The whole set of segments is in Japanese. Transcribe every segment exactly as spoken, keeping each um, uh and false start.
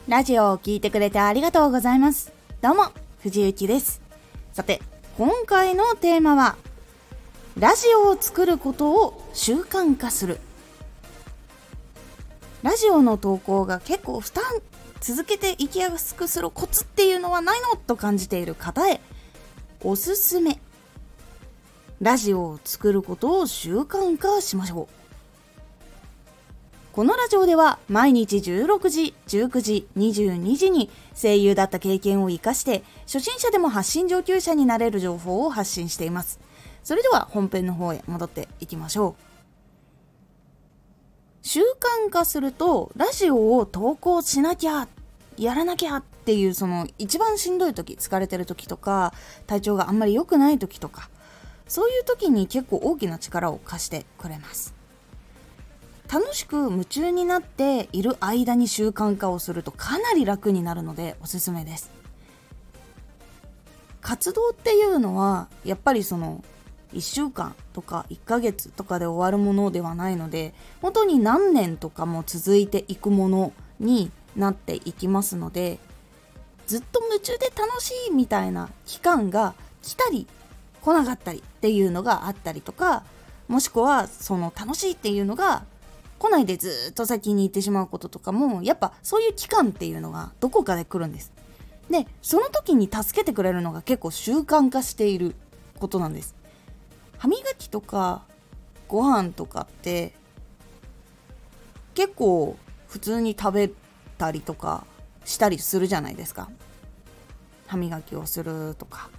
ラジオを聞いてくれてありがとうございます。どうも藤幸です。さて今回のテーマはラジオを作ることを習慣化する。ラジオの投稿が結構負担続けていきやすくするコツっていうのはないのと感じている方へおすすめ。ラジオを作ることを習慣化しましょう。このラジオでは毎日じゅうろくじ、じゅうくじ、にじゅうにじに声優だった経験を生かして初心者でも発信上級者になれる情報を発信しています。それでは本編の方へ戻っていきましょう。習慣化するとラジオを投稿しなきゃ、やらなきゃっていうその一番しんどい時、疲れてる時とか体調があんまり良くない時とか、そういう時に結構大きな力を貸してくれます。楽しく夢中になっている間に習慣化をするとかなり楽になるのでおすすめです。活動っていうのはやっぱりそのいっしゅうかんとかいっかげつとかで終わるものではないので、本当に何年とかも続いていくものになっていきますので、ずっと夢中で楽しいみたいな期間が来たり来なかったりっていうのがあったりとか、もしくはその楽しいっていうのが来ないでずっと先に行ってしまうこととかも、やっぱそういう期間っていうのがどこかで来るんです。で、その時に助けてくれるのが結構習慣化していることなんです。歯磨きとかご飯とかって結構普通に食べたりとかしたりするじゃないですか。歯磨きをするとか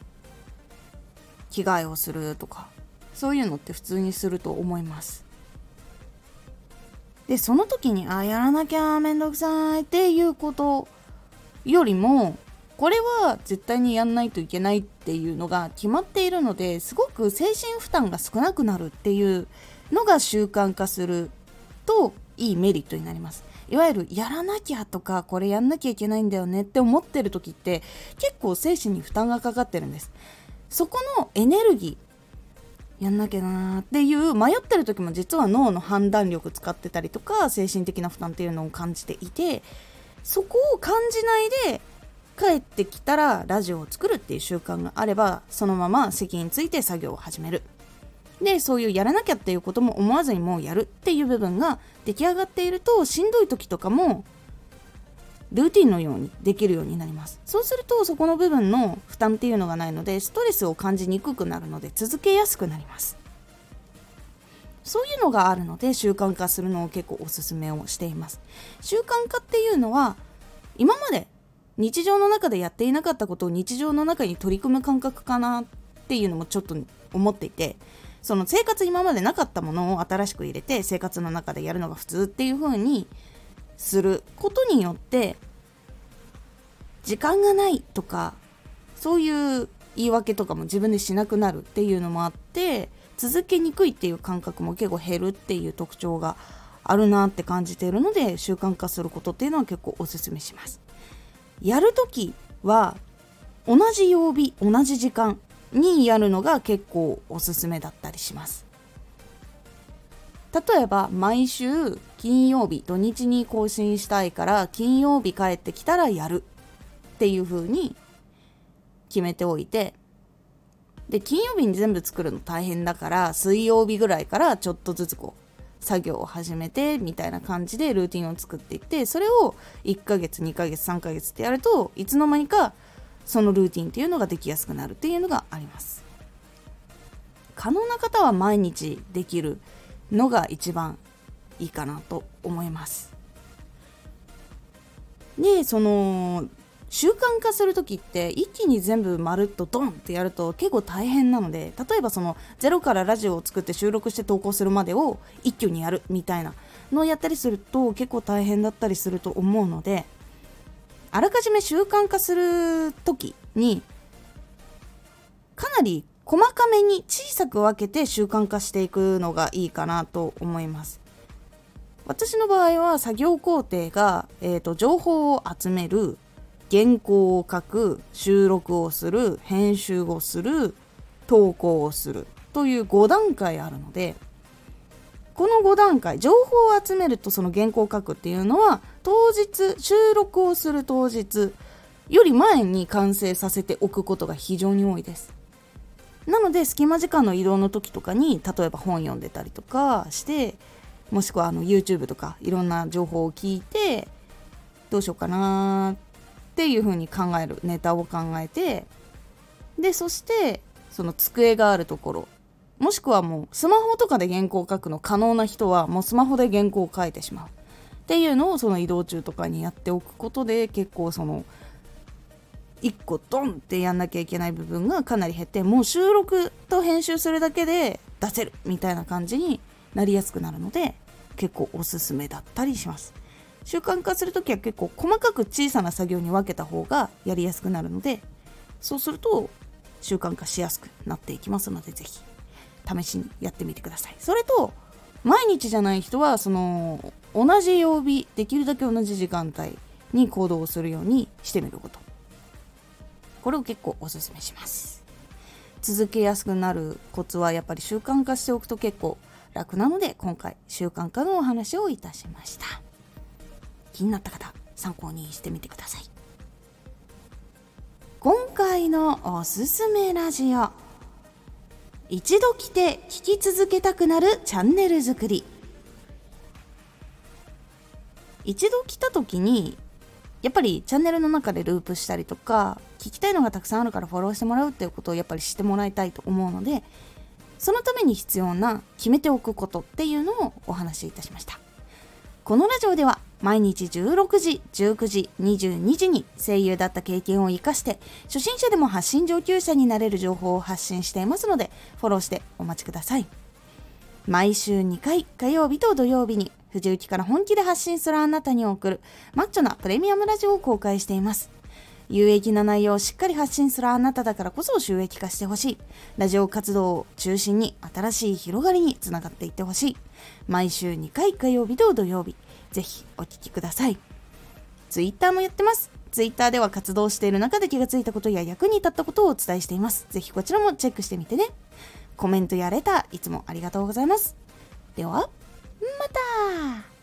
着替えをするとか、そういうのって普通にすると思います。で、その時にあやらなきゃめんどくさいっていうことよりも、これは絶対にやんないといけないっていうのが決まっているので、すごく精神負担が少なくなるっていうのが習慣化するといいメリットになります。いわゆるやらなきゃとかこれやんなきゃいけないんだよねって思ってる時って結構精神に負担がかかってるんです。そこのエネルギーやんなきゃなーっていう迷ってる時も実は脳の判断力使ってたりとか精神的な負担っていうのを感じていて、そこを感じないで帰ってきたらラジオを作るっていう習慣があれば、そのまま席について作業を始める。で、そういうやらなきゃっていうことも思わずにもうやるっていう部分が出来上がっていると、しんどい時とかもルーティンのようにできるようになります。そうするとそこの部分の負担っていうのがないので、ストレスを感じにくくなるので続けやすくなります。そういうのがあるので習慣化するのを結構おすすめをしています。習慣化っていうのは今まで日常の中でやっていなかったことを日常の中に取り組む感覚かなっていうのもちょっと思っていて、その生活今までなかったものを新しく入れて生活の中でやるのが普通っていう風にすることによって時間がないとかそういう言い訳とかも自分でしなくなるっていうのもあって、続けにくいっていう感覚も結構減るっていう特徴があるなって感じているので、習慣化することっていうのは結構おすすめします。やるときは同じ曜日同じ時間にやるのが結構おすすめだったりします。例えば毎週金曜日土日に更新したいから金曜日帰ってきたらやるっていう風に決めておいて、で金曜日に全部作るの大変だから水曜日ぐらいからちょっとずつこう作業を始めてみたいな感じでルーティンを作っていって、それをいっかげつにかげつさんかげつってやるといつの間にかそのルーティンっていうのができやすくなるっていうのがあります。可能な方は毎日できるのが一番いいかなと思います。で、その習慣化するときって一気に全部まるっとドンってやると結構大変なので、例えばそのゼロからラジオを作って収録して投稿するまでを一挙にやるみたいなのをやったりすると結構大変だったりすると思うので、あらかじめ習慣化するときにかなり細かめに小さく分けて習慣化していくのがいいかなと思います。私の場合は作業工程が、えーと、情報を集める、原稿を書く、収録をする、編集をする、投稿をするというご段階あるので、 このご段階、情報を集めるとその原稿を書くっていうのは、当日、収録をする当日より前に完成させておくことが非常に多いです。なので隙間時間の移動の時とかに、例えば本読んでたりとかして、もしくはあの YouTube とかいろんな情報を聞いて、どうしようかなっていう風に考える、ネタを考えて、でそしてその机があるところ、もしくはもうスマホとかで原稿を書くの可能な人はもうスマホで原稿を書いてしまうっていうのを、その移動中とかにやっておくことで、結構そのいっこドンってやんなきゃいけない部分がかなり減って、もう収録と編集するだけで出せるみたいな感じになりやすくなるので、結構おすすめだったりします。習慣化するときは結構細かく小さな作業に分けた方がやりやすくなるので、そうすると習慣化しやすくなっていきますので、ぜひ試しにやってみてください。それと毎日じゃない人は、その同じ曜日、できるだけ同じ時間帯に行動をするようにしてみること、これを結構おすすめします。続けやすくなるコツはやっぱり習慣化しておくと結構楽なので、今回習慣化のお話をいたしました。気になった方、参考にしてみてください。今回のおすすめラジオ、一度来て聞き続けたくなるチャンネル作り。一度来た時にやっぱりチャンネルの中でループしたりとか、聞きたいのがたくさんあるからフォローしてもらうっていうことをやっぱり知ってもらいたいと思うので、そのために必要な決めておくことっていうのをお話しいたしました。このラジオでは毎日じゅうろくじ、じゅうくじ、にじゅうにじに声優だった経験を生かして、初心者でも発信上級者になれる情報を発信していますので、フォローしてお待ちください。毎週にかい、火曜日と土曜日に藤雪から本気で発信するあなたに送るマッチョなプレミアムラジオを公開しています。有益な内容をしっかり発信するあなただからこそ収益化してほしい。ラジオ活動を中心に新しい広がりにつながっていってほしい。毎週にかい、火曜日と土曜日、ぜひお聞きください。ツイッターもやってます。ツイッターでは活動している中で気がついたことや役に立ったことをお伝えしています。ぜひこちらもチェックしてみてね。コメントやレターいつもありがとうございます。ではまた。